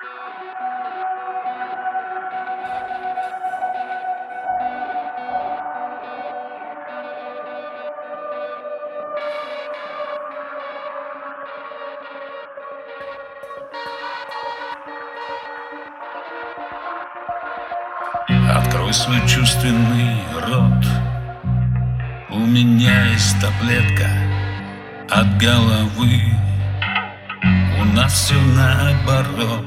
Открой свой чувственный рот. У меня есть таблетка от головы. У нас все наоборот.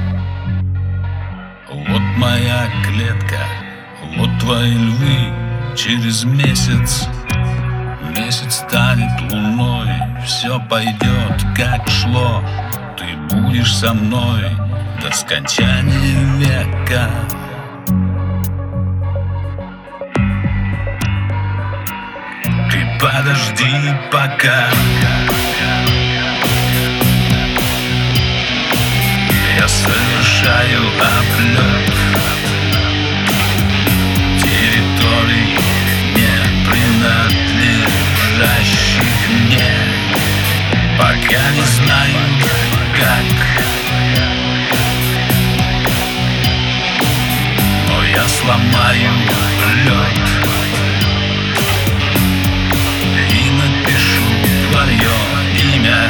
Вот моя клетка, вот твои львы. Через месяц станет луной. Все пойдет как шло. Ты будешь со мной до скончания века. Подожди пока. Я совершаю облет территорий, не принадлежащих мне. Пока не знаю как, но я сломаю лед. Твое имя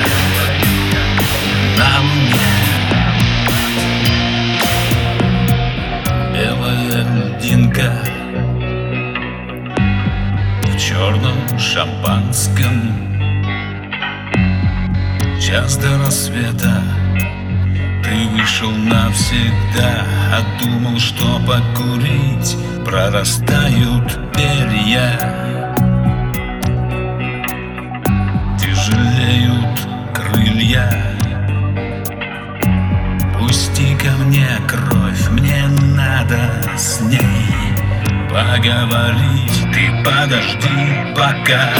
на луне. Белая льдинка в черном шампанском. Час до рассвета. Ты вышел навсегда, а думал, что покурить прорастают перья. Жалеют крылья. Пусти ко мне кровь, мне надо с ней поговорить. Ты подожди пока.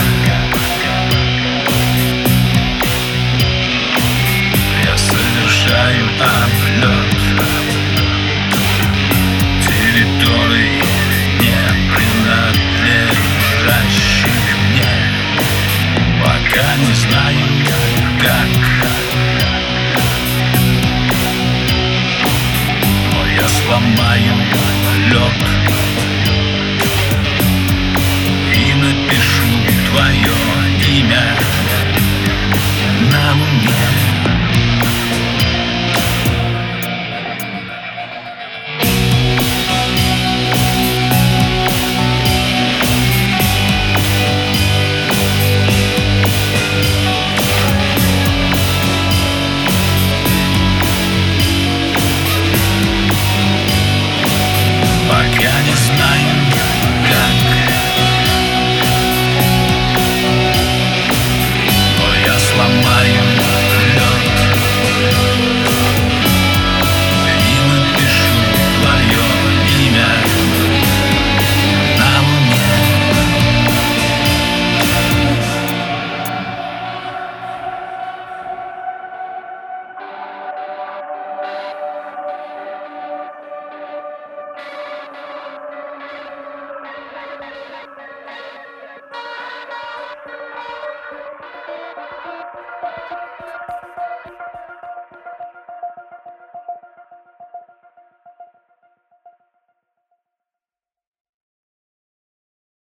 Я совершаю облет